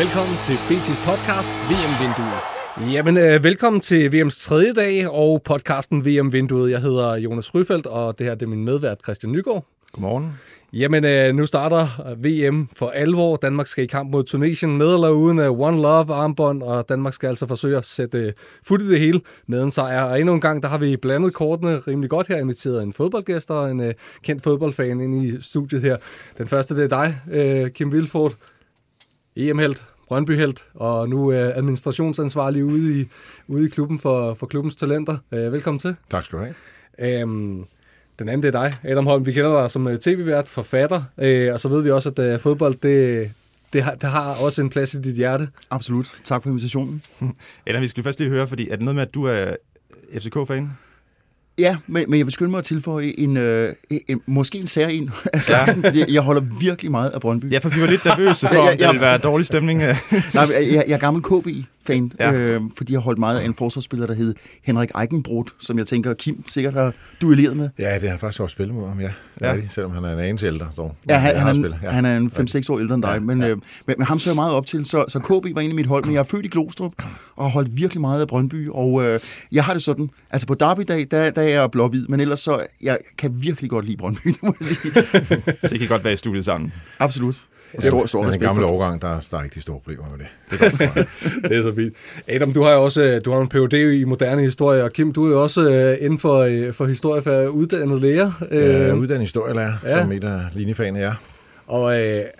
Velkommen til BT's podcast VM-vinduet. Jamen, velkommen til VM's tredje dag og podcasten VM-vinduet. Jeg hedder Jonas Ryfeldt, og det her det er min medvært Christian Nygaard. Godmorgen. Jamen, nu starter VM for alvor. Danmark skal i kamp mod Tunesien med eller uden One Love armbånd, og Danmark skal altså forsøge at sætte fod i det hele med en sejr. Og endnu en gang, der har vi blandet kortene rimelig godt her, inviteret en fodboldgæst og en kendt fodboldfan ind i studiet her. Den første, det er dig, Kim Vilfort, EM-helt, Brøndby-helt, og nu administrationsansvarlig ude i klubben for klubbens talenter. Velkommen til. Tak skal du have. Den anden, det er dig, Adam Holm. Vi kender dig som tv-vært, forfatter, og så ved vi også, at fodbold, det har også en plads i dit hjerte. Absolut. Tak for invitationen. Adam, vi skal først lige høre, fordi er det noget med, at du er FCK-fan? Ja, men jeg vil skynde mig at tilføje måske en sær af slagsen, fordi jeg holder virkelig meget af Brøndby. Ja, for vi var lidt nervøse for, om det ville være dårlig stemning. Nej, jeg er gammel KB-fan, fordi jeg holdt meget af en forsvarsspiller, der hed Henrik Eichenbrot, som jeg tænker, Kim sikkert har duelleret med. Ja, det har faktisk også spillet mod ham, ja. Selvom han er en anelse ældre. Dog. Ja, han er en 5-6 år ældre end dig, men ham så jeg meget op til, så KB var egentlig mit hold, men jeg er født i Glostrup og har holdt virkelig meget af Brøndby, og jeg har det sådan, altså på derbydag, der er jeg blå-hvid, men ellers så, jeg kan virkelig godt lide Brøndby, må jeg sige. Så I kan godt være i studiet sammen. Absolut. Stor respekt. Den gamle årgang, der er ikke de store problemer med det. Det er så fint. Adam, du har en Ph.D. i moderne historie, og Kim, du er jo også inden for historie for uddannet lærer. Uddannet historielærer, som et af linjefagene er. Og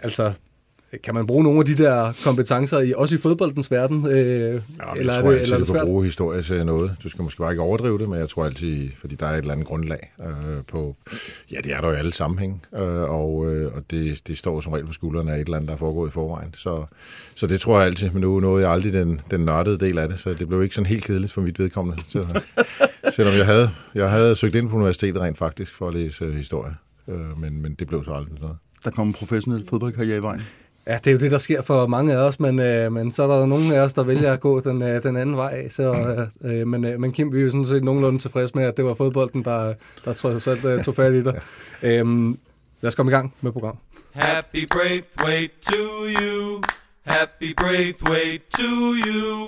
kan man bruge nogle af de der kompetencer også i fodboldens verden? Jeg tror altid, du kan bruge historie til noget. Du skal måske bare ikke overdrive det, men jeg tror altid, fordi der er et eller andet grundlag på... Ja, det er der jo i alle sammenhæng, og det står som regel på skuldrene af et eller andet, der er foregået i forvejen. Så det tror jeg altid, men nu nåede jeg aldrig den nørdede del af det, så det blev ikke sådan helt kedeligt for mit vedkommende. Selvom jeg havde søgt ind på universitetet rent faktisk for at læse historie, men det blev så aldrig noget. Der kom en professionel fodboldkarriere i vejen. Ja, det er jo det, der sker for mange af os, men så er der nogle af os, der vælger at gå den anden vej. Men Kim, vi er jo sådan set nogenlunde tilfreds med, at det var fodbolden, der trods alt tog fat i dig. Lad os komme i gang med programmet. Happy Braithwaite to you. Happy Braithwaite to you.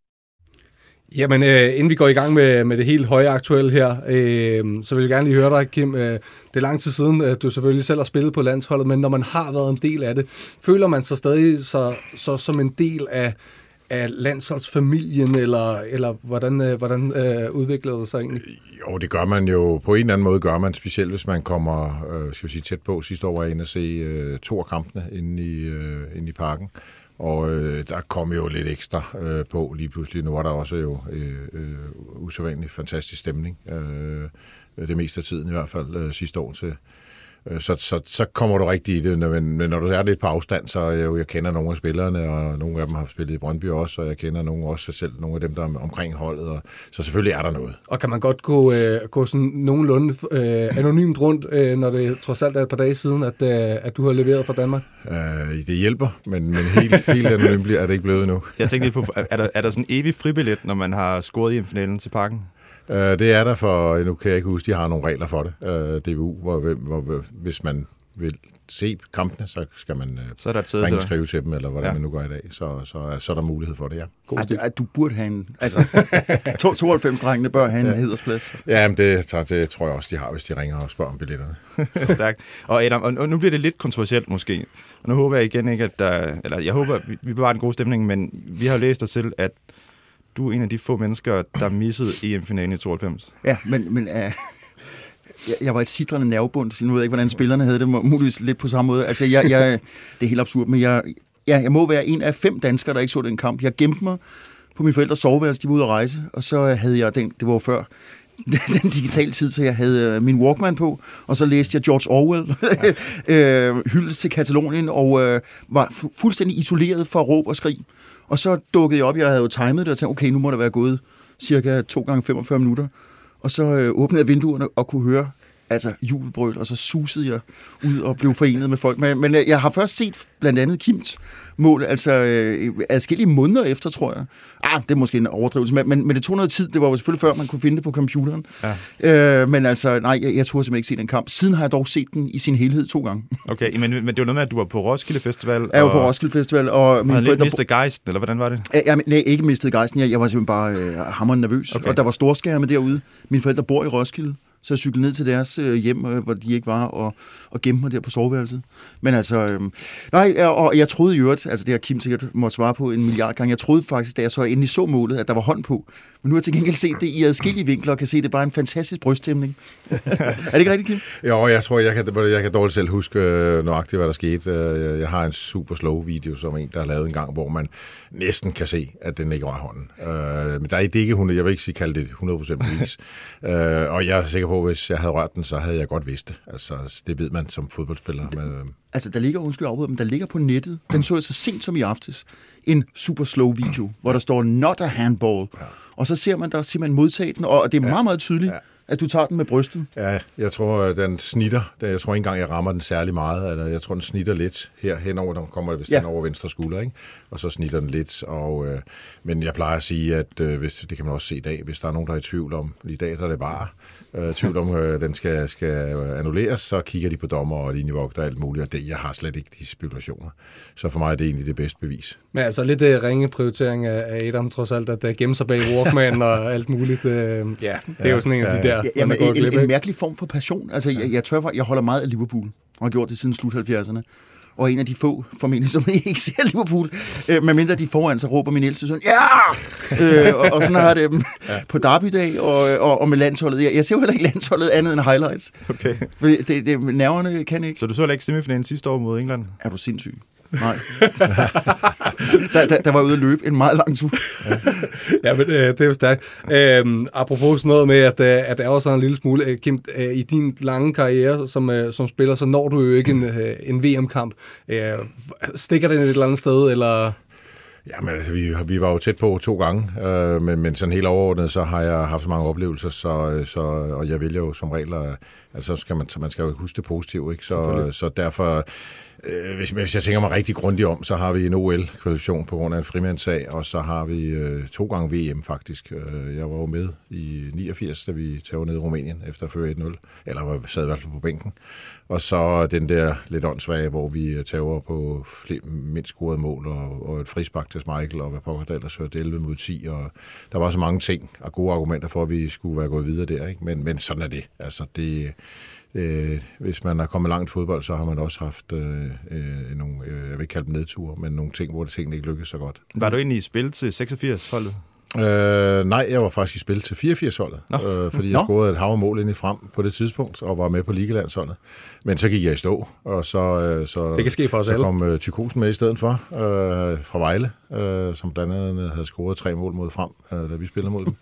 Jamen, inden vi går i gang med det helt høje aktuelle her, så vil jeg gerne lige høre dig, Kim. Det er lang tid siden, du selvfølgelig selv har spillet på landsholdet, men når man har været en del af det, føler man sig stadig så som en del af landsholdsfamilien, eller hvordan udvikler det sig egentlig? Jo, det gør man jo. På en eller anden måde gør man, specielt hvis man kommer tæt på. Sidste år var jeg inde og se 2 af kampene inde i parken. Og der kom jo lidt ekstra på lige pludselig. Nu var der også jo usædvanlig fantastisk stemning. Det meste af tiden i hvert fald sidste år til. Så kommer du rigtig i det, men når du er lidt på afstand, så jeg kender nogle af spillerne, og nogle af dem har spillet i Brøndby også, og jeg kender nogle af dem, der er omkring holdet, og så selvfølgelig er der noget. Og kan man godt gå sådan nogenlunde anonymt rundt, når det trods alt er et par dage siden, at du har leveret for Danmark? Det hjælper, men helt anonymt er det ikke blevet endnu. Jeg tænkte lige på, er der sådan en evig fribillet, når man har scoret i finalen til parken? Det er der for, nu kan jeg ikke huske, de har nogle regler for det, DBU, hvor hvis man vil se kampene, så skal man ringe og skrive til dem, eller hvordan man nu gør i dag, så er der mulighed for det, ja. Du burde have en, 92-drengene bør have en hedersplads. Ja, men det tror jeg også, de har, hvis de ringer og spørger om billetterne. Stærkt. Og Adam, og nu bliver det lidt kontroversielt måske, og nu håber jeg igen ikke, jeg håber, vi bevarer en god stemning, men vi har læst dig til, at du er en af de få mennesker, der missede EM-finalen i 92. Ja, men jeg var et sidrende nervebund. Nu ved jeg ikke, hvordan spillerne havde det. Muligvis lidt på samme måde. Altså, det er helt absurd, men jeg må være en af 5 danskere, der ikke så den kamp. Jeg gemte mig på mine forældres soveværelse, de var ude at rejse, og så havde jeg det var før den digitale tid, så jeg havde min Walkman på, og så læste jeg George Orwell, hyldest til Katalonien, og var fuldstændig isoleret for råb og skrig. Og så dukkede jeg op, jeg havde jo timet det, og tænkte, okay, nu må der være gået cirka 2 gange 45 minutter. Og så åbnede jeg vinduerne og kunne høre altså jubelbrøl, og så susede jeg ud og blev forenet med folk. Men jeg har først set blandt andet Kims mål, altså adskillige måneder efter, tror jeg. Det er måske en overdrivelse, men det tog noget tid. Det var jo selvfølgelig før, man kunne finde det på computeren. Ja. Men altså, nej, jeg turde simpelthen ikke se den kamp. Siden har jeg dog set den i sin helhed 2 gange. Okay, men det var noget med, at du var på Roskilde Festival. Jeg var på Roskilde Festival. Og havde lidt mistet gejsten, eller hvordan var det? Nej, ikke mistet gejsten. Jeg var simpelthen bare hammerende nervøs. Okay. Og der var storskærme derude. Mine forældre bor i Roskilde. Så jeg cyklede ned til deres hjem, hvor de ikke var, og gemte mig der på soveværelset. Men altså, og jeg troede i øvrigt, altså det har Kim sikkert måtte svare på 1 milliard gange, jeg troede faktisk, da jeg så endelig så målet, at der var hånd på. Men nu har jeg til gengæld set det i adskillige vinkler, og kan se, at det er bare en fantastisk bryststemning. Er det ikke rigtigt, Kim? Jo, jeg tror, jeg kan dårligt selv huske nøjagtigt, hvad der skete. Jeg har en super slow video, som en, der har lavet en gang, hvor man næsten kan se, at den ikke var hånden. Men der er det ikke, jeg vil ikke sige, kalde det 100% bevis. Og jeg er sikker på, hvis jeg havde rørt den, så havde jeg godt vidst det. Altså, det ved man som fodboldspiller. Altså, der ligger, men der ligger på nettet, den så jeg så sent som i aftes, en super slow video, hvor der står not a handball. Ja. Og så ser man der simpelthen modtage den, og det er meget, meget tydeligt, at du tager den med brystet. Ja, jeg tror, den snitter. Jeg tror ikke engang, jeg rammer den særlig meget. Eller jeg tror, den snitter lidt her henover. Der kommer det vist den over venstre skulder, ikke? Og så snitter den lidt. Men jeg plejer at sige, at det kan man også se i dag, hvis der er nogen, der er i tvivl om, i dag der er det bare tvivl om, den skal annulleres, så kigger de på dommer og linjevogter og alt muligt, og jeg har slet ikke de spekulationer. Så for mig er det egentlig det bedste bevis. Men altså lidt ringe prioritering af Adam, trods alt, at gemme sig bag Walkman og alt muligt. Det er jo sådan en af de der, man går glip af. En mærkelig form for passion. Altså, jeg holder meget af Liverpool, og har gjort det siden slut 70'erne. Og en af de få, formentlig, som ikke ser Liverpool, medmindre de foran, så råber min ældste søn, og sådan har det på derbydag og med landsholdet. Jeg ser jo heller ikke landsholdet andet end highlights. Okay. Det nerverne kan ikke. Så du så ikke semifinalen sidste år mod England? Er du sindssyg? Nej. der var ude at løbe en meget lang tur. Ja, men det er jo stærkt. Apropos sådan noget med, at der er også en lille smule, Kim, i din lange karriere som spiller, så når du jo ikke en VM-kamp. Stikker den et eller andet sted, eller... Ja, men altså, vi var jo tæt på 2 gange, men sådan helt overordnet, så har jeg haft så mange oplevelser, og jeg vælger jo som regel, altså man skal jo huske det positive, ikke? Så derfor, hvis jeg tænker mig rigtig grundigt om, så har vi en OL-kvalifikation på grund af en frimandssag, og så har vi 2 gange VM faktisk. Jeg var jo med i 89, da vi tager ned i Rumænien efter at føre 1-0, eller sad i hvert fald på bænken. Og så den der lidt åndssvage, hvor vi tager på mindst scorede mål og et frispark til Schmeichel, og hvad pokker der ellers hørte 11 mod 10, og der var så mange ting og gode argumenter for, at vi skulle være gået videre der, ikke? Men sådan er det. Altså hvis man er kommet langt i fodbold, så har man også haft nogle, jeg vil ikke kalde dem nedture, men nogle ting, hvor det tingene ikke lykkedes så godt. Var du egentlig i spil til 86-holdet? Nej, jeg var faktisk i spil til 84-holdet, fordi jeg scorede et hav af mål ind i frem på det tidspunkt, og var med på ligalandsholdet. Men så gik jeg i stå, og så det kan ske for os så kom Tykosen med i stedet for, fra Vejle, som blandt andet havde scoret 3 mål mod frem, da vi spillede mod dem.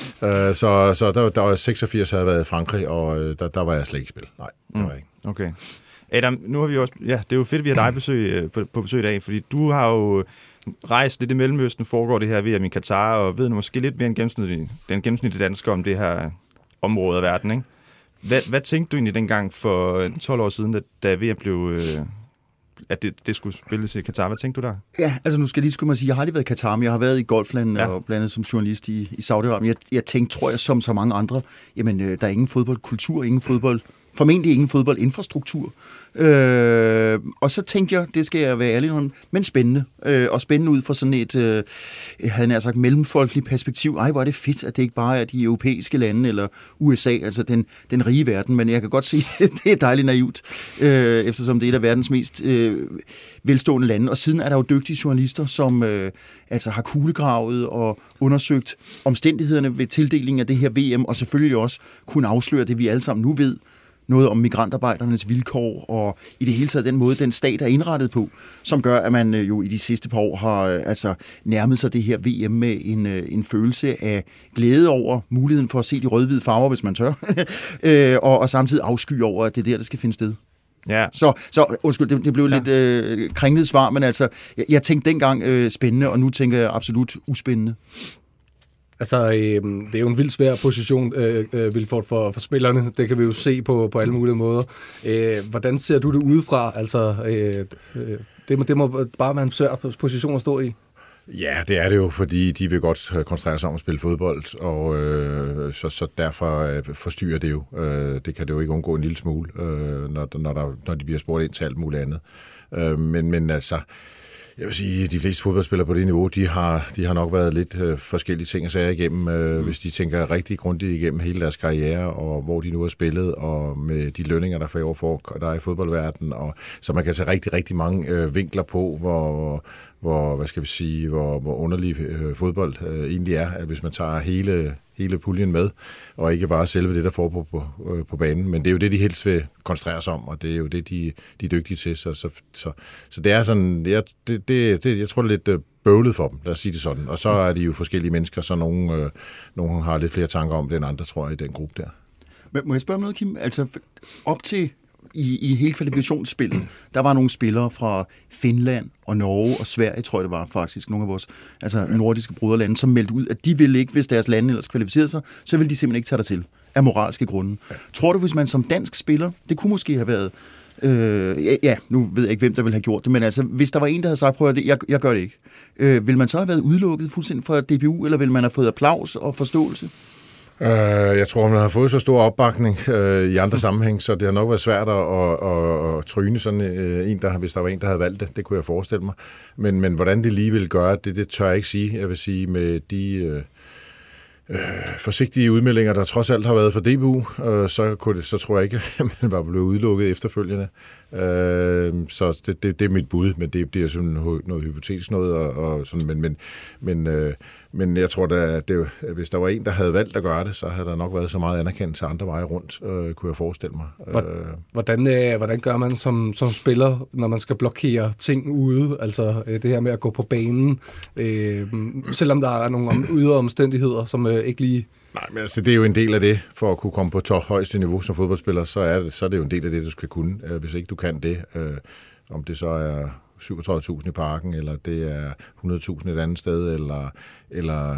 Så der var 86, havde været i Frankrig, og der var jeg slet ikke i spil. Nej, det var jeg ikke. Okay. Adam, nu har vi også... Ja, det er jo fedt, at vi har dig på besøg i dag, fordi du har jo rejst lidt i Mellemøsten, foregår det her VM i Katar, og ved måske lidt mere end den gennemsnitlige dansker om det her område af verden, ikke? Hvad tænkte du egentlig dengang for 12 år siden, da VM blev... at det skulle spilles i Katar. Hvad tænkte du der? Ja, altså nu skal jeg lige sige, jeg har aldrig været i Katar, men jeg har været i golflandet og blandt andet som journalist i Saudi-Arabien. Jeg tænkte, tror jeg, som så mange andre, jamen der er ingen fodboldkultur, formentlig ingen fodboldinfrastruktur. Og så tænkte jeg, det skal jeg være ærlig om, men spændende. Og spændende ud fra sådan et, havde jeg sagt, mellemfolkeligt perspektiv. Ej, hvor er det fedt, at det ikke bare er de europæiske lande eller USA, altså den rige verden. Men jeg kan godt se, at det er dejligt naivt, eftersom det er et af verdens mest velstående lande. Og siden er der jo dygtige journalister, som altså har kuglegravet og undersøgt omstændighederne ved tildelingen af det her VM, og selvfølgelig også kunne afsløre det, vi alle sammen nu ved, noget om migrantarbejdernes vilkår, og i det hele taget den måde, den stat er indrettet på, som gør, at man jo i de sidste par år har altså nærmet sig det her VM med en følelse af glæde over muligheden for at se de rød-hvide farver, hvis man tør, og samtidig afsky over, at det er der skal finde sted. Ja. Så undskyld, det blev lidt kringlet svar, men altså, jeg tænkte dengang spændende, og nu tænker jeg absolut uspændende. Altså, det er jo en vildt svær position, Vilfort, for spillerne. Det kan vi jo se på alle mulige måder. Hvordan ser du det udefra? Altså, det må bare være en svær position at stå i. Ja, det er det jo, fordi de vil godt koncentrere sig om at spille fodbold, og så derfor forstyrrer det jo. Det kan det jo ikke undgå en lille smule, når de bliver spurgt ind til alt muligt andet. Men altså, jeg vil sige, at de fleste fodboldspillere på det niveau, de har nok været lidt forskellige ting at sige igennem, hvis de tænker rigtig grundigt igennem hele deres karriere, og hvor de nu har spillet, og med de lønninger, der for år får, der er i fodboldverdenen, og så man kan tage rigtig, rigtig mange vinkler på, hvor underlig fodbold egentlig er, at hvis man tager hele puljen med, og ikke bare selve det, der foregår på banen. Men det er jo det, de helst vil koncentrere sig om, og det er jo det, de er dygtige til. Så det er sådan, jeg tror, det er lidt bøvlet for dem, lad os sige det sådan. Og så er de jo forskellige mennesker, så nogle har lidt flere tanker om det end andre, tror jeg, i den gruppe der. Men må jeg spørge om noget, Kim? Altså, op til i hele kvalifikationsspillet, der var nogle spillere fra Finland og Norge og Sverige, tror jeg det var faktisk, nogle af vores nordiske broderlande, som meldte ud, at de ville ikke, hvis deres lande ellers kvalificerede sig, så ville de simpelthen ikke tage dig til, af moralske grunde. Ja. Tror du, hvis man som dansk spiller, det kunne måske have været, nu ved jeg ikke, hvem der ville have gjort det, men altså, hvis der var en, der havde sagt, prøv at jeg gør det ikke, vil man så have været udelukket fuldstændig fra DBU, eller vil man have fået applaus og forståelse? Jeg tror, man har fået så stor opbakning i andre sammenhæng, så det har nok været svært at tryne sådan en, hvis der var en, der havde valgt det. Det kunne jeg forestille mig. Men hvordan det lige vil gøre, det tør jeg ikke sige. Jeg vil sige, med de forsigtige udmeldinger, der trods alt har været for DBU, så tror jeg ikke, at man var blevet udelukket efterfølgende. Så det er mit bud, men det bliver sådan noget hypotetisk noget, og sådan, men jeg tror, at hvis der var en, der havde valgt at gøre det, så havde der nok været så meget anerkendelse andre veje rundt, kunne jeg forestille mig. Hvordan gør man som spiller, når man skal blokere ting ude? Altså det her med at gå på banen, selvom der er nogle ydre omstændigheder, som ikke lige... Nej, men altså, det er jo en del af det, for at kunne komme på højeste niveau som fodboldspiller, så er det jo en del af det, du skal kunne. Hvis ikke du kan det, om det så er 37.000 i parken, eller det er 100.000 et andet sted, eller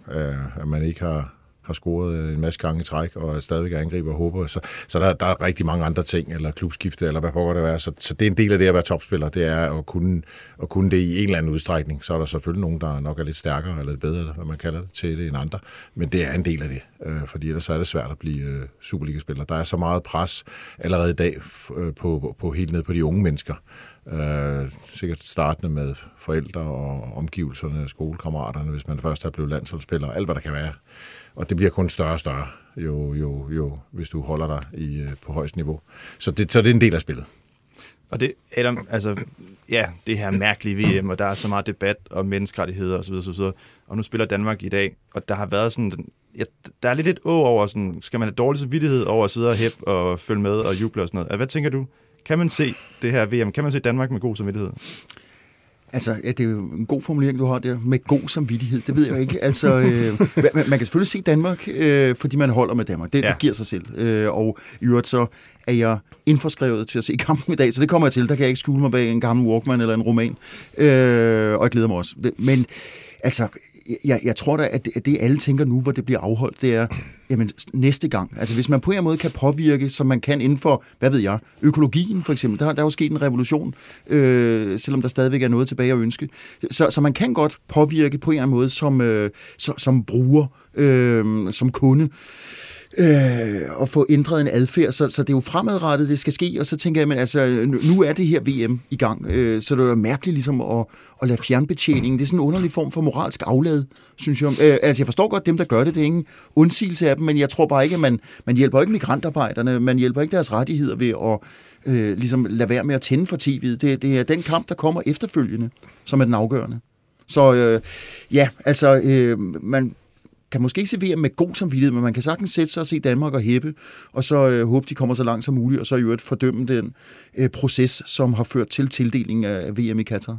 at man ikke har scoret en masse gange i træk, og stadigvæk angriber og håber. Så der er rigtig mange andre ting, eller klubskifte, eller hvad pågår det være. Så det er en del af det at være topspiller, det er at kunne det i en eller anden udstrækning. Så er der selvfølgelig nogen, der nok er lidt stærkere, eller lidt bedre, hvad man kalder det, til det end andre. Men det er en del af det, fordi ellers er det svært at blive Superliga-spiller. Der er så meget pres allerede i dag på helt ned på de unge mennesker. Sikkert startende med forældre og omgivelserne, skolekammeraterne, hvis man først er blevet landsholdsspiller, alt hvad der kan være. Og det bliver kun større og større, jo hvis du holder dig på højst niveau. Så det er en del af spillet. Og det, Adam, altså, ja, det her mærkelige VM, og der er så meget debat om menneskerettigheder osv. Og nu spiller Danmark i dag, og der har været sådan, der er lidt et over sådan, skal man have dårlig samvittighed over at sidde og hæppe og følge med og juble og sådan noget. Hvad tænker du? Kan man se det her VM? Kan man se Danmark med god samvittighed? Altså, det er jo en god formulering, du har der, med god samvittighed, det ved jeg jo ikke. Altså, man kan selvfølgelig se Danmark, fordi man holder med Danmark. Det giver sig selv. Og i øvrigt så er jeg indforskrevet til at se kampen i dag, så det kommer jeg til. Der kan jeg ikke skjule mig bag en gammel Walkman eller en roman. Og jeg glæder mig også. Men altså, jeg tror da, at det alle tænker nu, hvor det bliver afholdt, det er, jamen, næste gang. Altså, hvis man på en måde kan påvirke, som man kan inden for, hvad ved jeg, økologien for eksempel. Der er jo sket en revolution, selvom der stadigvæk er noget tilbage at ønske. Så man kan godt påvirke på en eller anden måde som bruger, som kunde, og få ændret en adfærd, så det er jo fremadrettet, det skal ske, og så tænker jeg, men altså, nu er det her VM i gang, så det er jo mærkeligt ligesom at lade fjernbetjeningen, det er sådan en underlig form for moralsk aflad, synes jeg. Altså, jeg forstår godt dem, der gør det, det er ingen undsigelse af dem, men jeg tror bare ikke, at man hjælper ikke migrantarbejderne, man hjælper ikke deres rettigheder ved at ligesom lade være med at tænde for tv'et. Det er den kamp, der kommer efterfølgende, som er den afgørende. Så man kan måske ikke se VM med god samvittighed, men man kan sagtens sætte sig og se Danmark og hæppe, og så håbe, de kommer så langt som muligt, og så i øvrigt fordømme den proces, som har ført til tildelingen af VM i Katar.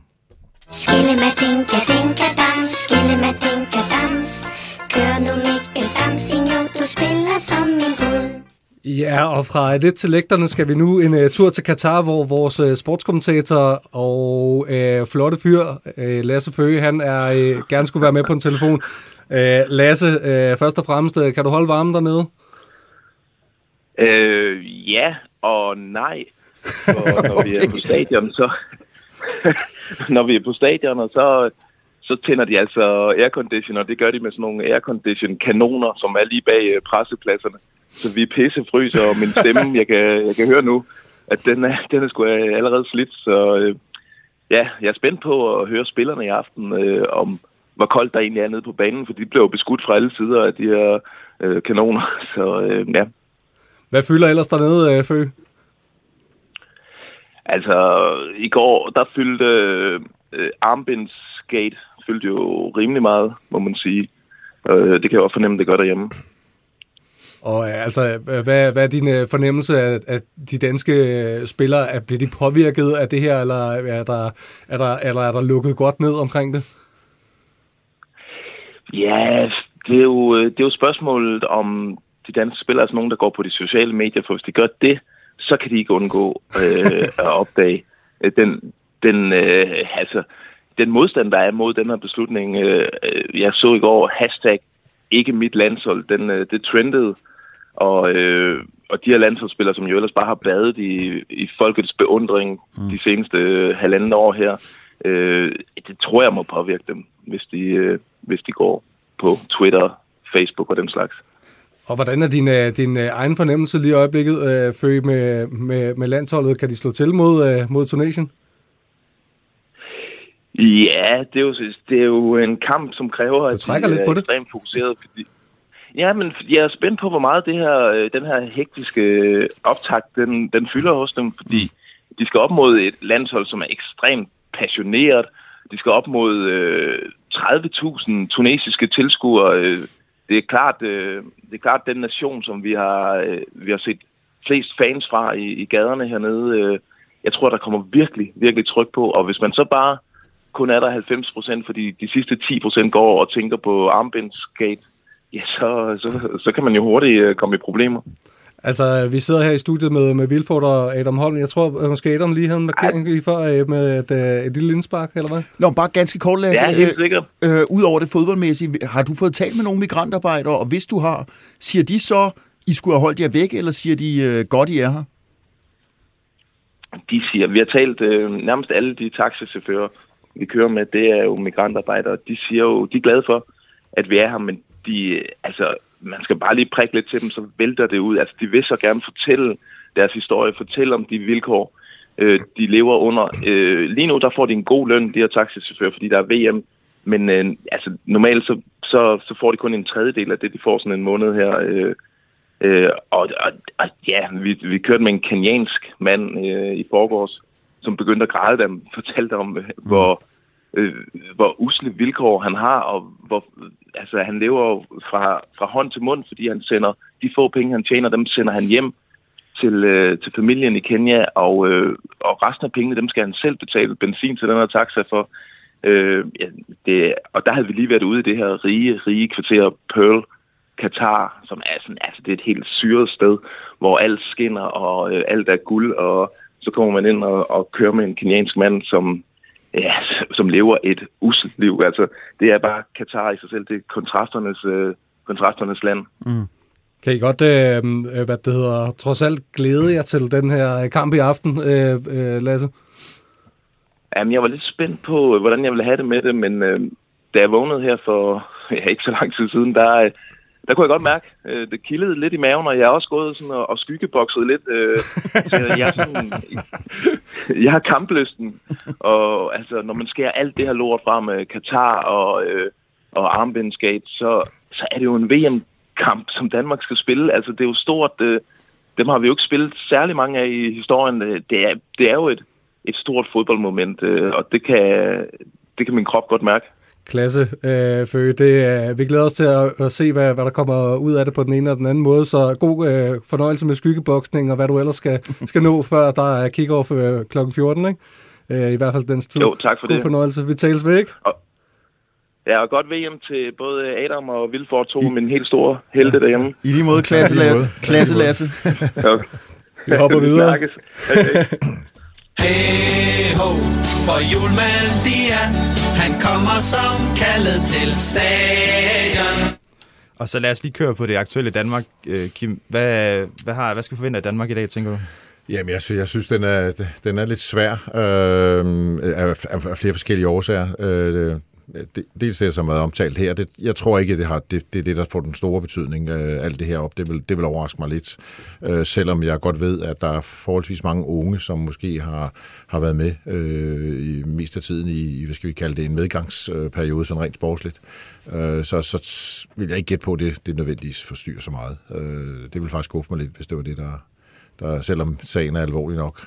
Skille-med-dinka-dinka-dans, skille-med-dinka-dans. Kør nu Mikkel Damsinho, du spiller som min gud. Ja, og fra lidt til lægterne skal vi nu en tur til Katar, hvor vores sportskommentator og flotte fyr, Lasse Føge, han gerne skulle være med på en telefon. Lasse, først og fremmest, kan du holde varmen dernede? Ja og nej. Og når vi er på stadion, så når vi er på stadion, så tænder de altså aircondition, og det gør de med sådan nogle aircondition kanoner, som er lige bag pressepladserne. Så vi pissefryser, og min stemme, jeg kan høre nu, at den er sgu allerede slidt. Så ja, jeg er spændt på at høre spillerne i aften om, hvor koldt der egentlig er nede på banen, for de blev beskudt fra alle sider af de her kanoner. Så ja. Hvad fylder ellers dernede, Fø? Altså, i går, der fyldte armbindsskate fyldte jo rimelig meget, må man sige. Det kan jeg også fornemme, det gør derhjemme. Og altså, hvad er din fornemmelse af, at de danske spillere, bliver de påvirket af det her, eller er der lukket godt ned omkring det? Ja, det er jo spørgsmålet om de danske spillere er sådan nogen, der går på de sociale medier, for hvis de gør det, så kan de ikke undgå at opdage den modstand, der er mod den her beslutning. Jeg så i går hashtag ikke mit landshold, det trendede, og de her landsholdsspillere, som jo ellers bare har badet i folkets beundring de seneste halvanden år her, det tror jeg må påvirke dem, hvis de går på Twitter, Facebook og den slags. Og hvordan er din egen fornemmelse lige i øjeblikket, Fø, med landsholdet? Kan de slå til mod Tunesien? Ja, det er jo en kamp, som kræver, at de er ekstremt fokuseret. Ja, men jeg er spændt på, hvor meget den her hektiske optakt, den fylder hos dem, fordi de skal op mod et landshold, som er ekstremt passioneret. De skal op mod 30.000 tunesiske tilskuere. Det er klart den nation, som vi har set flest fans fra i gaderne hernede. Jeg tror, der kommer virkelig, virkelig tryk på, og hvis man så bare kun er der 90%, fordi de sidste 10% går og tænker på armbindsskate, ja, så kan man jo hurtigt komme i problemer. Altså, vi sidder her i studiet med Vilfort og Adam Holm. Jeg tror måske Adam lige havde en markering lige før med et lille indspark, eller hvad? Nå, bare ganske kort, Lasse. Ja, helt sikkert. Udover det fodboldmæssige, har du fået talt med nogle migrantarbejdere, og hvis du har, siger de så, I skulle have holdt jer væk, eller siger de godt, I er her? De siger, vi har talt nærmest alle de taxichauffører, vi kører med, det er jo migrantarbejdere. De siger jo, de er glade for, at vi er her, men man skal bare lige prikke lidt til dem, så vælter det ud. Altså, de vil så gerne fortælle deres historie, fortælle om de vilkår, de lever under. Lige nu, der får de en god løn, de her taxichauffører, fordi der er VM, men normalt så får de kun en tredjedel af det, de får sådan en måned her. Vi kørte med en kenyansk mand i forgårs, som begyndte at græde, da han fortalte om, hvor usle vilkår han har, og han lever fra hånd til mund, fordi han sender de få penge, han tjener, dem sender han hjem til familien i Kenya, og resten af pengene, dem skal han selv betale benzin til den her taxa for. Og der havde vi lige været ude i det her rige kvarter Pearl, Katar, som er sådan, det er et helt syret sted, hvor alt skinner, og alt er guld, og så kommer man ind og kører med en kenyansk mand, som lever et usselt liv. Altså, det er bare Katar i sig selv. Det er kontrasternes land. Mm. Kan I godt, trods alt glæde jer til den her kamp i aften, Lasse? Jamen, jeg var lidt spændt på, hvordan jeg ville have det med det, men da jeg vågnede her for ikke så lang tid siden, der kunne jeg godt mærke, det kildede lidt i maven, og jeg har også gået sådan og skyggebokset lidt. Jeg har kamplysten, og altså, når man skærer alt det her lort fra med Katar og armbindsskate, så er det jo en VM-kamp, som Danmark skal spille. Altså, det er jo stort. Dem har vi jo ikke spillet særlig mange af i historien. Det er jo et stort fodboldmoment, og det kan min krop godt mærke. Klasse, Fø. Vi glæder os til at se, hvad der kommer ud af det på den ene og den anden måde. Så god fornøjelse med skyggeboksning og hvad du ellers skal nå, før der er kick-off kl. 14, ikke? I hvert fald dens tid. Jo, tak for det. God fornøjelse. Vi tales ved, ikke? Og godt VM til både Adam og Vilfort, to mine helt store helte derhjemme. I lige måde, klasse Lasse. Okay. Vi hopper videre. Hey ho, for julemanden de er, Han kommer som kaldet til stadion. Og så lad os lige køre på det aktuelle Danmark. Kim, hvad skal vi forvente af Danmark i dag, tænker du? Jamen, jeg synes, den er lidt svær af flere forskellige årsager. Dels det, som er omtalt her, jeg tror ikke, det er det, der får den store betydning, alt det her op. Det vil overraske mig lidt, selvom jeg godt ved, at der er forholdsvis mange unge, som måske har været med i mest af tiden i, hvad skal vi kalde det, en medgangsperiode, sådan rent sportsligt. Så vil jeg ikke gætte på, at det nødvendigvis forstyrrer så meget. Det vil faktisk skuffe mig lidt, hvis det var det, der selvom sagen er alvorlig nok.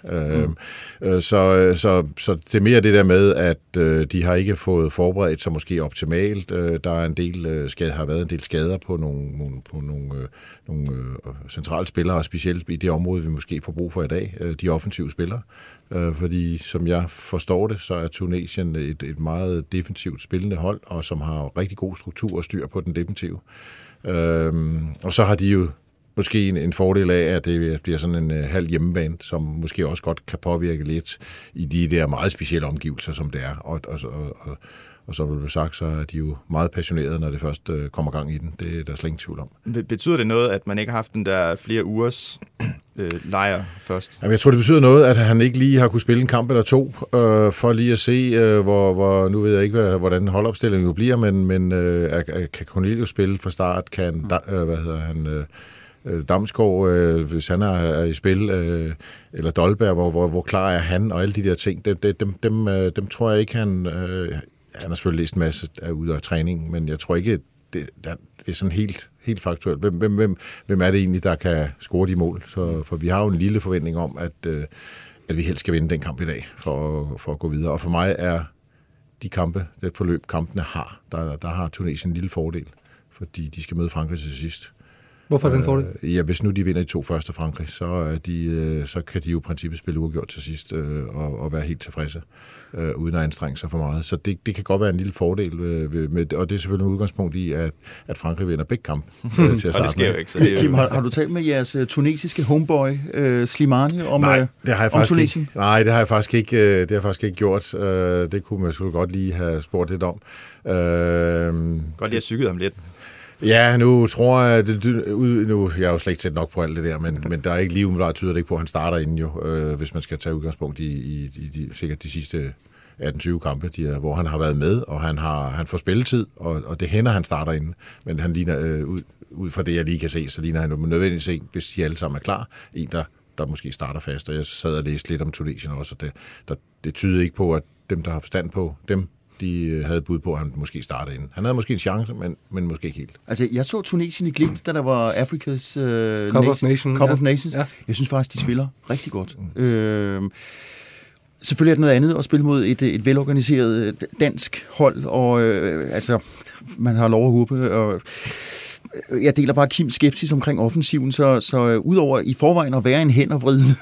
Så det er mere det der med, at de har ikke fået forberedt sig måske optimalt. Der er en del har været en del skader på nogle centrale spillere, og specielt i det område, vi måske får brug for i dag, de offensive spillere. Fordi som jeg forstår det, så er Tunesien et meget defensivt spillende hold, og som har rigtig god struktur og styr på den defensive. Og så har de jo måske en fordel af, at det bliver sådan en halv hjemmebane, som måske også godt kan påvirke lidt i de der meget specielle omgivelser, som det er. Og så vil du sagt, så er de jo meget passionerede, når det først kommer gang i den. Det er der slet ingen tvivl om. Betyder det noget, at man ikke har haft den der flere ugers lejr først? Jamen, jeg tror, det betyder noget, at han ikke lige har kunne spille en kamp eller to, for lige at se, hvor nu ved jeg ikke, hvordan holdopstillingen bliver, men kan Cornelius spille fra start? Kan Damsgaard, hvis han er i spil, eller Dolberg, hvor klar er han, og alle de der ting, dem tror jeg ikke, han har selvfølgelig læst en masse ude af træningen, men jeg tror ikke, det er sådan helt faktuelt. Hvem er det egentlig, der kan score de mål? For vi har jo en lille forventning om, at vi helst skal vinde den kamp i dag, for at gå videre. Og for mig er det forløb, kampene har, der har Tunesien en lille fordel, fordi de skal møde Frankrig til sidst. Hvorfor er den fordel? Ja, hvis nu de vinder de 2 første Frankrig, så kan de jo i princippet spille uafgjort til sidst og være helt tilfredse, uden at anstrenge sig for meget. Så det kan godt være en lille fordel, og det er selvfølgelig med udgangspunkt i, at Frankrig vinder begge kampe til at starte. Og det sker jo ikke. Så det Kim, har du talt med jeres tunesiske homeboy, Slimani, om Tunesien? Nej, det har jeg faktisk ikke gjort. Det kunne man selvfølgelig godt lige have spurgt lidt om. Godt lige have cyklet ham lidt. Ja, nu tror jeg, jeg er jo slet ikke tæt nok på alt det der, men der er ikke lige umiddelbart tyder det ikke på, at han starter inden jo, hvis man skal tage udgangspunkt i sikkert de sidste 18-20 kampe, hvor han har været med, og han får spilletid, og det hænder, han starter inden, men han ligner, ud fra det jeg lige kan se, så ligner han nødvendigvis ikke, hvis de alle sammen er klar, en der måske starter fast, og jeg sad og læste lidt om Tunesien også, og det tyder ikke på, at dem, der har forstand på dem, de havde bud på, at han måske startede inden. Han havde måske en chance, men måske ikke helt. Altså, jeg så Tunesien i glimt, da der var Africa's Cup of Nations. Ja. Jeg synes faktisk, de spiller rigtig godt. Selvfølgelig er det noget andet at spille mod et velorganiseret dansk hold, og man har lov at håbe, og jeg deler bare Kims skepsis omkring offensiven, så udover i forvejen at være en hændervridende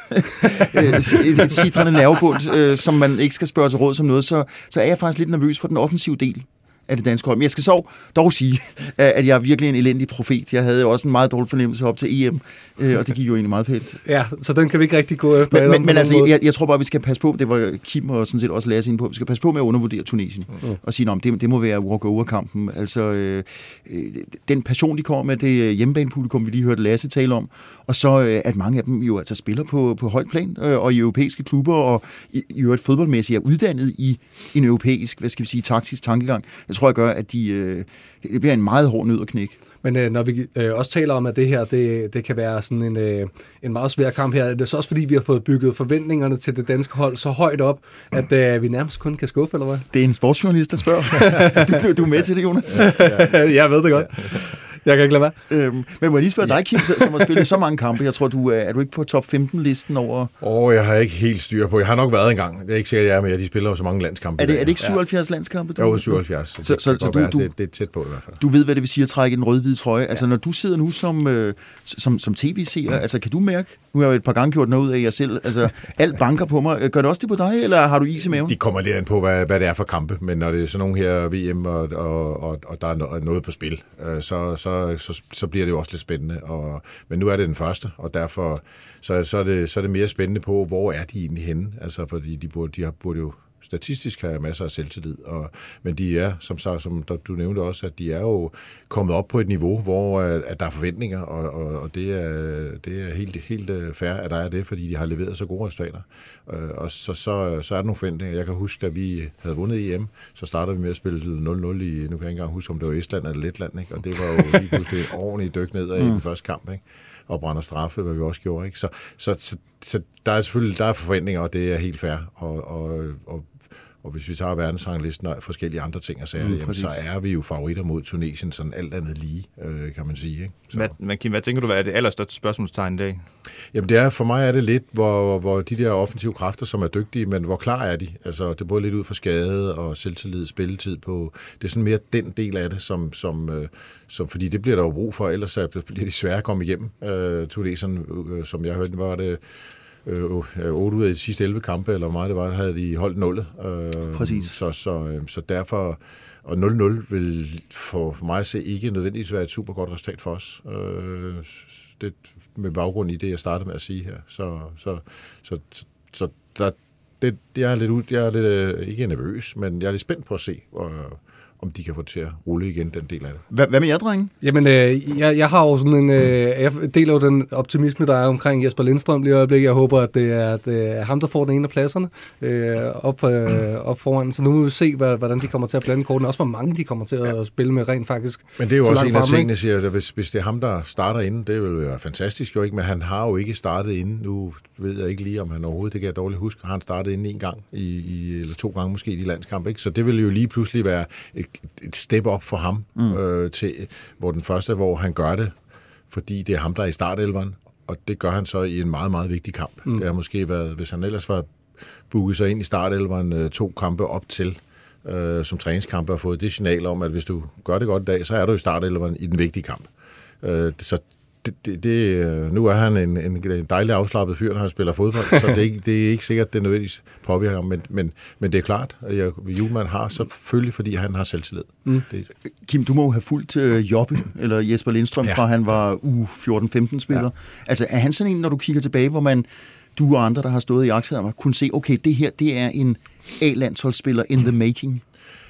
et sidrende nervebund, som man ikke skal spørge til råd som noget, så er jeg faktisk lidt nervøs for den offensive del af det danske hold. Men jeg skal så dog sige, at jeg er virkelig en elendig profet. Jeg havde jo også en meget dårlig fornemmelse op til EM, og det gik jo egentlig meget pænt. Ja, så den kan vi ikke rigtig gå efter. Men altså, jeg tror bare, vi skal passe på, det var Kim og sådan set også Lasse inde på, vi skal passe på med at undervurdere Tunesien, og sige, det må være walk-over-kampen. Altså, den passion, de kommer med, det hjemmebanepublikum, vi lige hørte Lasse tale om, og så at mange af dem jo altså spiller på højt plan, og i europæiske klubber, og i øvrigt fodboldmæssigt er uddannet i en europæisk, hvad skal vi sige, taktisk tankegang. Jeg tror, jeg gør, at det bliver en meget hård nød at knække. Men når vi også taler om, at det her det kan være sådan en meget svær kamp her, det er så også fordi, vi har fået bygget forventningerne til det danske hold så højt op, at vi nærmest kun kan skuffe, eller hvad? Det er en sportsjournalist, der spørger. Du er med til det, Jonas? Ja. Jeg ved det godt. Jeg kan ikke lade være. Men må jeg lige spørge dig, Kim, som har spillet så mange kampe. Jeg tror, er du ikke på top 15-listen over... Jeg har ikke helt styr på. Jeg har nok været engang. Det er ikke sikkert, jeg er med, at de spiller jo så mange landskampe. Er det ikke 77 landskampe? Jo, 77. Så det er tæt på i hvert fald. Du ved, hvad det vil sige at trække en rød-hvid trøje. Altså, når du sidder nu som tv-seer, altså, kan du mærke... Nu har jeg jo et par gange gjort noget ud af jer selv. Altså, alt banker på mig. Gør det også det på dig, eller har du is i maven? De kommer lidt an på, hvad det er for kampe. Men når det er sådan nogle her VM, og der er noget på spil, så bliver det jo også lidt spændende. Men nu er det den første, og derfor så er det mere spændende på, hvor er de egentlig henne. Altså, fordi de burde jo statistisk har masser af selvtillid. Men de er, som du nævnte også, at de er jo kommet op på et niveau, hvor at der er forventninger, og det er helt fair, at der er det, fordi de har leveret så gode resultater. Og så er der nogle forventninger. Jeg kan huske, da vi havde vundet EM, så startede vi med at spille 0-0 i, nu kan jeg ikke engang huske, om det var Estland eller Letland, ikke? Og det var jo lige pludselig ordentligt dyk ned i den første kamp, ikke? Og brænder straffe, hvad vi også gjorde, ikke? Så der er selvfølgelig forventninger, og det er helt fair. Og hvis vi tager verdensranglisten og forskellige andre ting og sager, så er vi jo favoritter mod Tunesien, sådan alt andet lige, kan man sige. Ikke? Men Kim, hvad tænker du, hvad er det allerstørste spørgsmålstegn i dag? Jamen for mig er det lidt, hvor de der offensive kræfter, som er dygtige, men hvor klar er de? Altså, det er både lidt ud fra skade og selvtillid, spilletid på. Det er sådan mere den del af det, som fordi det bliver der jo brug for, ellers bliver det svært at komme igennem. Tunesien, som jeg hørte, var det 8 ud af de sidste 11 kampe, eller hvor meget det var, havde de holdt nullet. Præcis. Så derfor, og 0-0 vil for mig at se ikke nødvendigvis være et super godt resultat for os. Det med baggrund i det, jeg startede med at sige her. Så jeg er lidt ikke nervøs, men jeg er lidt spændt på at se, om de kan få til at rulle igen, den del af det. Hvad med jer, drenge? Jamen, jeg har jo sådan jeg deler jo den optimisme, der er omkring Jesper Lindstrøm lige i øjeblikket. Jeg håber, at det er ham, der får den ene af pladserne op foran. Så nu må vi se, hvordan de kommer til at blande korten. Også hvor mange de kommer til at spille med rent faktisk. Men det er jo også en af tingene, siger, hvis det er ham, der starter inden, det vil være fantastisk jo ikke, men han har jo ikke startet inden. Nu ved jeg ikke lige, om han overhovedet, det kan jeg dårligt huske, har han startet inden en gang, eller 2 gange måske i de landskampe, ikke? Så det vil jo lige pludselig være et step op for ham, til, hvor den første, hvor han gør det, fordi det er ham, der er i startelveren, og det gør han så i en meget, meget vigtig kamp. Det har måske været, hvis han ellers var booket sig ind i startelveren 2 kampe op til, som træningskampe, og fået det signal om, at hvis du gør det godt i dag, så er du i startelveren i den vigtige kamp. Så nu er han en dejlig afslappet fyr, når han spiller fodbold, så det er ikke sikkert, at det nødvendigvis påvirker ham, men det er klart, at Hjulmand har selvfølgelig, fordi han har selvtillid. Kim, du må have fulgt Jobbe, eller Jesper Lindstrøm, fra han var U14-15-spiller. Ja. Altså, er han sådan en, når du kigger tilbage, hvor du og andre, der har stået i aktier, kunne se, okay, det her, det er en A-landsholdsspiller in the making?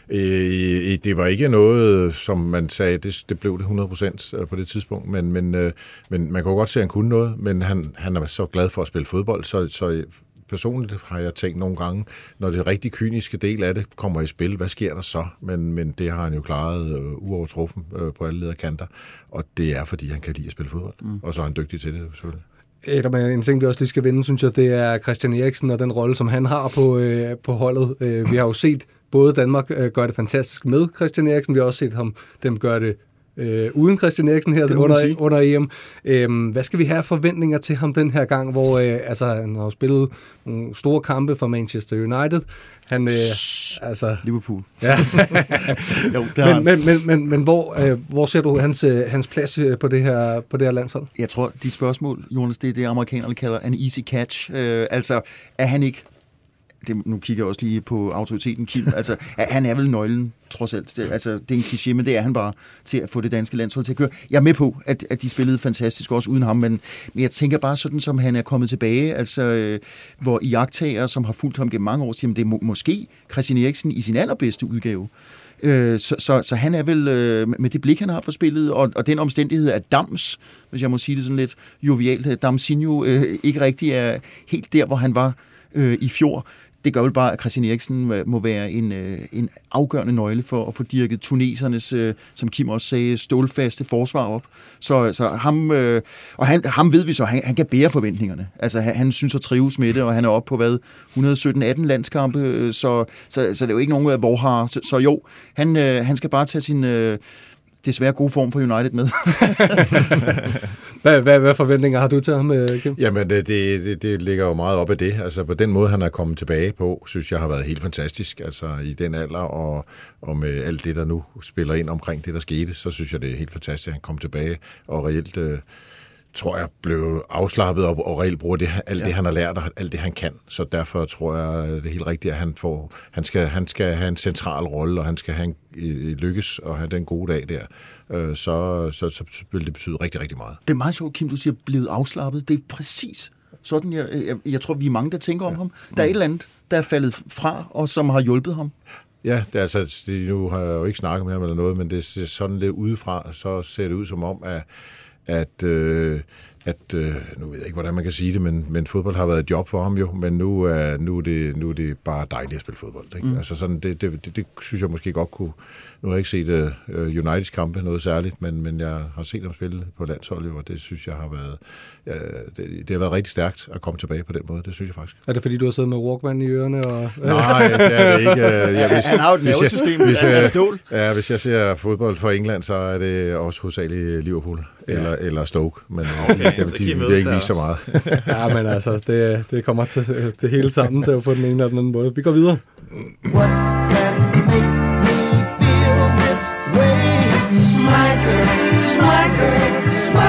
Det var ikke noget, som man sagde, det blev det 100% på det tidspunkt, men man kunne godt se, at han kunne noget, men han er så glad for at spille fodbold, så personligt har jeg tænkt nogle gange, når det rigtig kyniske del af det kommer i spil, hvad sker der så? Men det har han jo klaret uovertruffen på alle lederkanter, og det er, fordi han kan lide at spille fodbold, og så er han dygtig til det, selvfølgelig. En ting, vi også lige skal vende, synes jeg, det er Christian Eriksen og den rolle, som han har på holdet. Vi har jo set både Danmark gør det fantastisk med Christian Eriksen, vi har også set dem gøre det uden Christian Eriksen her under EM. Hvad skal vi have forventninger til ham den her gang, hvor han har spillet nogle store kampe for Manchester United. Han Liverpool. Ja. Jo, men hvor ser du hans plads på det her landshold? Jeg tror, de spørgsmål, Jonas, det er det, amerikanerne kalder en easy catch. Er han ikke... Nu kigger jeg også lige på autoriteten, Kim. Han er vel nøglen, trods alt. Det er en kliché, men det er han bare til at få det danske landshold til at køre. Jeg er med på, at de spillede fantastisk også uden ham, men jeg tænker bare sådan, som han er kommet tilbage, hvor iagttagere, som har fulgt ham gennem mange år, siger, det er måske Christian Eriksen i sin allerbedste udgave. Så han er vel, med det blik, han har for spillet, og den omstændighed, at Dams, hvis jeg må sige det sådan lidt jovialt, Damsinho ikke rigtig er helt der, hvor han var i fjor. Det gør vel bare, at Christian Eriksen må være en afgørende nøgle for at få dirket tunesernes, som Kim også sagde, stålfaste forsvar op. Så ham, og ham ved vi så, han kan bære forventningerne. Han synes at trives med det, og han er oppe på 117-18 landskampe, så det er jo ikke nogen vorhar. Så jo, han skal bare tage sin... desværre god form for United med. Hvad forventninger har du til ham, Kim? Jamen, det ligger jo meget op af det. På den måde, han er kommet tilbage på, synes jeg har været helt fantastisk. I den alder, og med alt det, der nu spiller ind omkring det, der skete, så synes jeg, det er helt fantastisk, at han kom tilbage og reelt... tror jeg, blev afslappet og reelt bruger alt det, han har lært, og alt det, han kan. Så derfor tror jeg, det er helt rigtigt, at han skal have en central rolle, og han skal have lykkes og have den gode dag der. Så vil det betyde rigtig, rigtig meget. Det er meget sjovt, Kim, du siger, blevet afslappet. Det er præcis Sådan, jeg tror, vi er mange, der tænker om ham. Der er et eller andet, der er faldet fra, og som har hjulpet ham. Ja, det er altså, nu har jeg jo ikke snakket med ham eller noget, men det ser sådan lidt udefra, så ser det ud som om, at nu ved jeg ikke, hvordan man kan sige det, men fodbold har været et job for ham jo, men nu er det bare dejligt at spille fodbold. Ikke? Altså sådan, det synes jeg måske godt kunne. Nu har jeg ikke set Uniteds kampe noget særligt, men jeg har set ham spille på landsholdet, og det synes jeg har været, det har været rigtig stærkt at komme tilbage på den måde, det synes jeg faktisk. Er det fordi, du har siddet med Walkman i ørerne? Og... Nej, det er det ikke. Han har jo et nervesystem af stål. Ja, hvis jeg ser fodbold for England, så er det også hovedsageligt Liverpool eller Stoke, men de vil ikke vise så meget. Ja, men altså, det kommer til det hele sammen til at få den ene eller den anden måde. Vi går videre. What can make me feel this way? Smiker, smiker,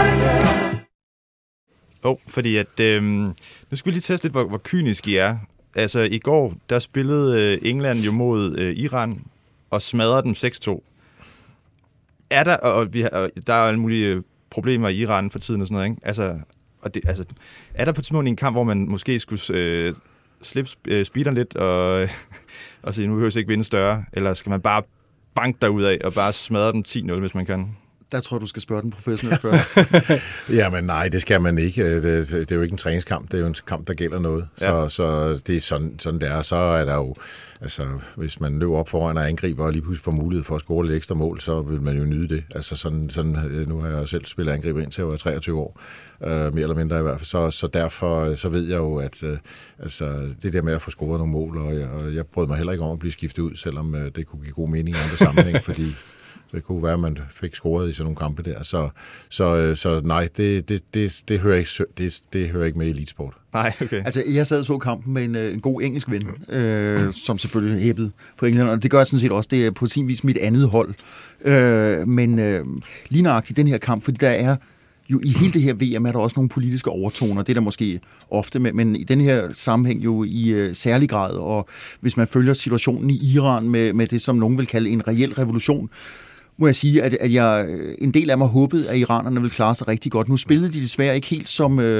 smiker. Fordi at nu skal vi lige teste lidt, hvor kynisk I er. Altså, i går, der spillede England jo mod Iran og smadrede dem 6-2. Er der, og der er alle mulige problemer i Iran for tiden og sådan noget, ikke? Altså, er der på et tidspunkt en kamp, hvor man måske skulle slippe speederen lidt og sige, nu behøver jeg ikke vinde større, eller skal man bare banke derudad og bare smadre dem 10-0, hvis man kan? Der tror du skal spørge den professionelle først. Jamen nej, det skal man ikke. Det er jo ikke en træningskamp, det er jo en kamp, der gælder noget. Ja. Så det er sådan det er. Så er der jo, altså hvis man løber op foran og angriber og lige pludselig får mulighed for at score lidt ekstra mål, så vil man jo nyde det. Altså sådan nu har jeg selv spillet angriber indtil jeg var 23 år, mere eller mindre i hvert fald. Så derfor så ved jeg jo, at det der med at få scoret nogle mål, og jeg brød mig heller ikke om at blive skiftet ud, selvom det kunne give god mening i andre sammenhæng, fordi det kunne være, at man fik scoret i sådan nogle kampe der. Så nej, det hører ikke med i elitesport. Nej, okay. Altså, jeg sad og så kampen med en god engelsk ven, som selvfølgelig hæppede på England, og det gør sådan set også, det er på sin vis mit andet hold. Men lige nøjagtigt den her kamp, fordi der er jo i hele det her VM er der også nogle politiske overtoner, det er der måske ofte, men i den her sammenhæng jo i særlig grad, og hvis man følger situationen i Iran med det, som nogen vil kalde en reel revolution, må jeg sige, at jeg en del af mig håbede, at iranerne ville klare sig rigtig godt. Nu spillede de desværre ikke helt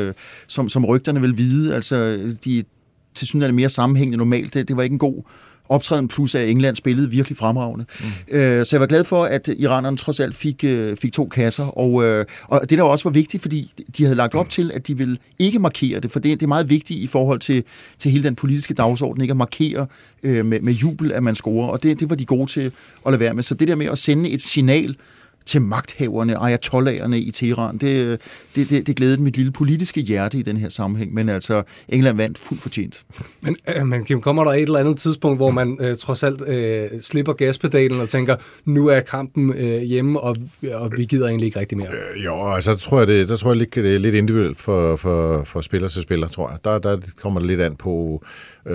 som rygterne vil vide. Altså, de tilsyneladende mere sammenhængende normalt. Det var ikke en god optræden, plus at England spillede virkelig fremragende. Så jeg var glad for, at iranerne trods alt fik 2 kasser, og det der også var vigtigt, fordi de havde lagt op til, at de ville ikke markere det, for det er meget vigtigt i forhold til hele den politiske dagsorden, ikke at markere med jubel, at man scorer, og det var de gode til at lade være med. Så det der med at sende et signal til magthaverne, ayatollaherne i Teheran, det glædede mit lille politiske hjerte i den her sammenhæng, men altså, England vandt fuldt fortjent. Men Kim, kommer der et eller andet tidspunkt, hvor man trods alt slipper gaspedalen og tænker, nu er kampen hjemme, og vi gider egentlig ikke rigtig mere? Jo, altså, der tror jeg, det er lidt individuelt for spiller til spiller, tror jeg. Der kommer det lidt an på,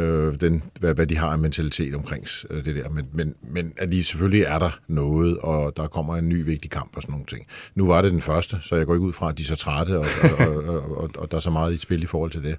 hvad de har en mentalitet omkring det der, men at de selvfølgelig er der noget, og der kommer en ny vigtig kamp og sådan nogle ting. Nu var det den første, så jeg går ikke ud fra, at de er så trætte, og der er så meget i spil i forhold til det.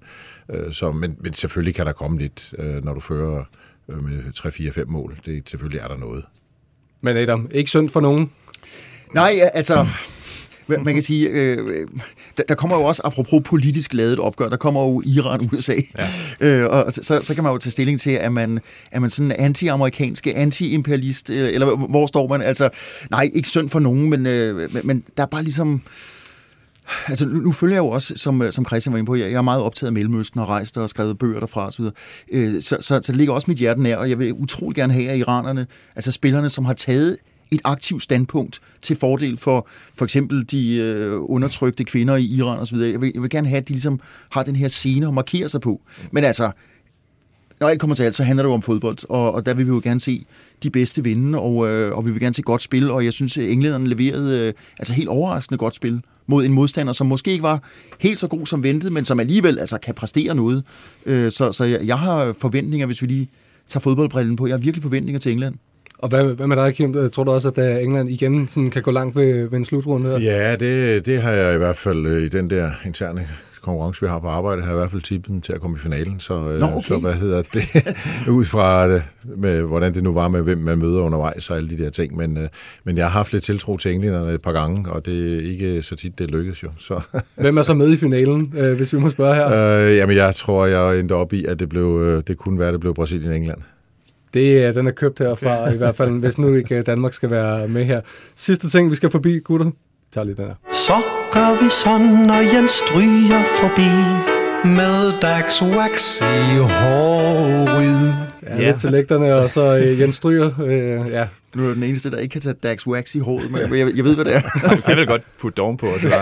Men selvfølgelig kan der komme lidt, når du fører med 3-4-5 mål. Selvfølgelig er der noget. Men Adam, ikke synd for nogen? Nej, altså... Man kan sige, der kommer jo også, apropos politisk ladet opgør, der kommer jo Iran-USA. Ja. Og så kan man jo tage stilling til, er man sådan anti-amerikanske, anti-imperialist, eller hvor står man? Altså, nej, ikke synd for nogen, men der er bare ligesom... Altså, nu følger jeg jo også, som Christian var inde på, jeg er meget optaget af Mellemøsten og rejst og skrevet bøger derfra og så videre. Så det ligger også mit hjerte nær, og jeg vil utrolig gerne have, at iranerne, altså spillerne, som har taget et aktivt standpunkt til fordel for eksempel de undertrykte kvinder i Iran og så videre. Jeg vil gerne have, at de ligesom har den her scene og markerer sig på. Men altså, når alt kommer til alt, så handler det jo om fodbold, og der vil vi jo gerne se de bedste vinde, og vi vil gerne se godt spil, og jeg synes, at englænderne leverede altså helt overraskende godt spil mod en modstander, som måske ikke var helt så god som ventet, men som alligevel altså kan præstere noget. Så jeg har forventninger, hvis vi lige tager fodboldbrillen på. Jeg har virkelig forventninger til England. Og hvad med dig, Kim? Tror du også, at England igen sådan kan gå langt ved en slutrunde? Ja, det har jeg i hvert fald i den der interne konkurrence, vi har på arbejde, har jeg i hvert fald tippet dem til at komme i finalen. Så hvad hedder det? Ud fra det, med, hvordan det nu var med, hvem man møder undervejs og alle de der ting. Men jeg har haft lidt tiltro til englænderne et par gange, og det er ikke så tit, det lykkes jo. Så. Hvem er så med i finalen, hvis vi må spørge her? Jamen, jeg tror, jeg endte op i, at det kunne være, det blev Brasilien-England. Den er købt herfra, i hvert fald, hvis nu ikke Danmark skal være med her. Sidste ting, vi skal forbi, gutter. Vi tager lige den her. Så gør vi sådan, når Jens stryger forbi med Dax Wax i håret. Ja, lidt til lægterne, og så Jens Stryger. Ja. Nu er jeg den eneste, der ikke kan tage Dax Wax i håret, men jeg ved, hvad det er. Du kan vel godt putte det ovenpå, og så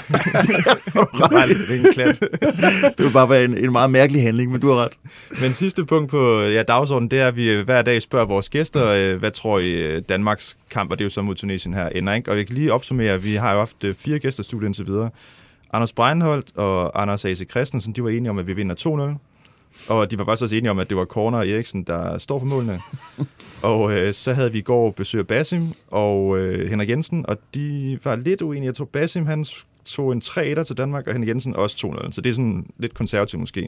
det vil bare være en meget mærkelig handling, men du har ret. Men sidste punkt på dagsordenen, det er, at vi hver dag spørger vores gæster, hvad tror I Danmarks kamp, og det er jo så mod Tunesien her, ender, ikke? Og vi kan lige opsummere, at vi har jo haft 4 gæster i studiet indtil videre. Anders Breinholt og Anders A.C. Christensen, de var enige om, at vi vinder 2-0. Og de var faktisk også enige om, at det var Corner og Eriksen, der står for målene. Og så havde vi i går besøg af Basim og Henrik Jensen, og de var lidt uenige. Jeg tror, Basim han tog en 3-1 til Danmark, og Henrik Jensen også 2-0. Så det er sådan lidt konservativt måske.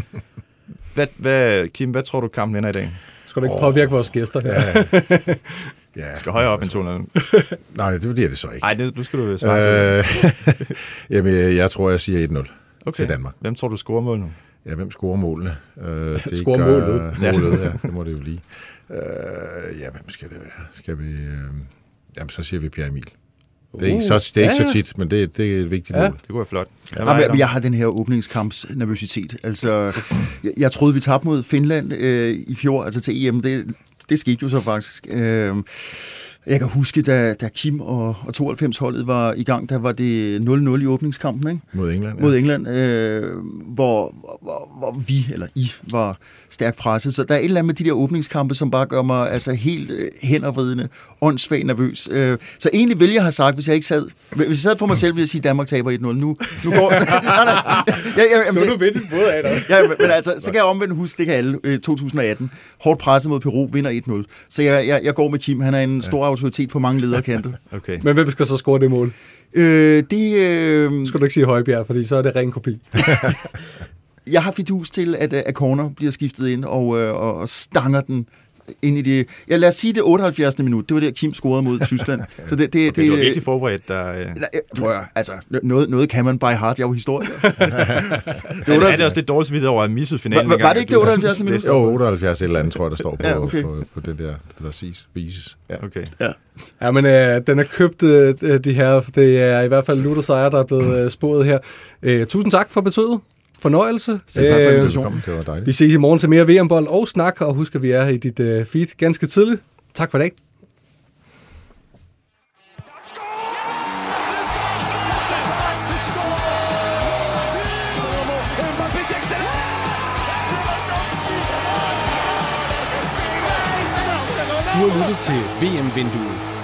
Kim, hvad tror du, kampen ender i dag? Skal du ikke påvirke vores gæster her? Ja, skal højere op end 2-0. Nej, det bliver det så ikke. Nej, nu skal du svare til. Jamen, jeg tror, jeg siger 1-0 til Danmark. Hvem tror du scorer mål nu? Ja, hvem scorer målene? Det scorer målet. Ja, det må det jo blive. Ja, hvem skal det være? Skal vi... jamen, så siger vi Pierre Emil. Det er ikke så tit, men det er et vigtigt mål. Det kunne være flot. Jeg har den her åbningskamps nervøsitet. Altså, jeg troede, vi tabte mod Finland i fjor, altså til EM. Det skete jo så faktisk. Jeg kan huske, da Kim og 92-holdet var i gang, der var det 0-0 i åbningskampen, ikke? Mod England. Mod England, hvor vi, eller I, var stærkt presset. Så der er et eller andet med de der åbningskampe, som bare gør mig altså helt hændervridende, åndssvagt nervøs. Så egentlig ville jeg have sagt, hvis jeg sad for mig selv, ville jeg sige, at Danmark taber 1-0. Nu går Så du ved det både af dig. Ja, men altså, så kan jeg omvendt huske, det kan alle, 2018. Hårdt presset mod Peru, vinder 1-0. Så jeg går med Kim, han er en stor autoritet på mange lederkanter. Okay. Men hvem skal så score det mål? Skal du ikke sige Højbjerg, fordi så er det ren kopi. Jeg har fidus til, at Corner bliver skiftet ind og stanger den ind i det. Ja, lad os sige det 78. minut. Det var der, Kim scorede mod Tyskland. Så det du var virkelig forberedt. Prøv at, altså, noget kan man by heart. Jeg er jo historiker. Det er også lidt dårligt vidt over at misse finalen. Var det ikke det 78. minut? Jo, 78 eller andet, tror jeg, der står på, okay. på det der vises. Ja. Okay. Ja, men den er købt, de her. Det er i hvert fald Luther Seier, der er blevet spået her. Tusind tak for besøget. Fornøjelse. Selv tak for invitationen. Det var dejligt. Vi ses i morgen til mere VM-bold og snak, og husk, at vi er i dit feed ganske tidligt. Tak for i dag. Du har lyttet til VM-vinduet.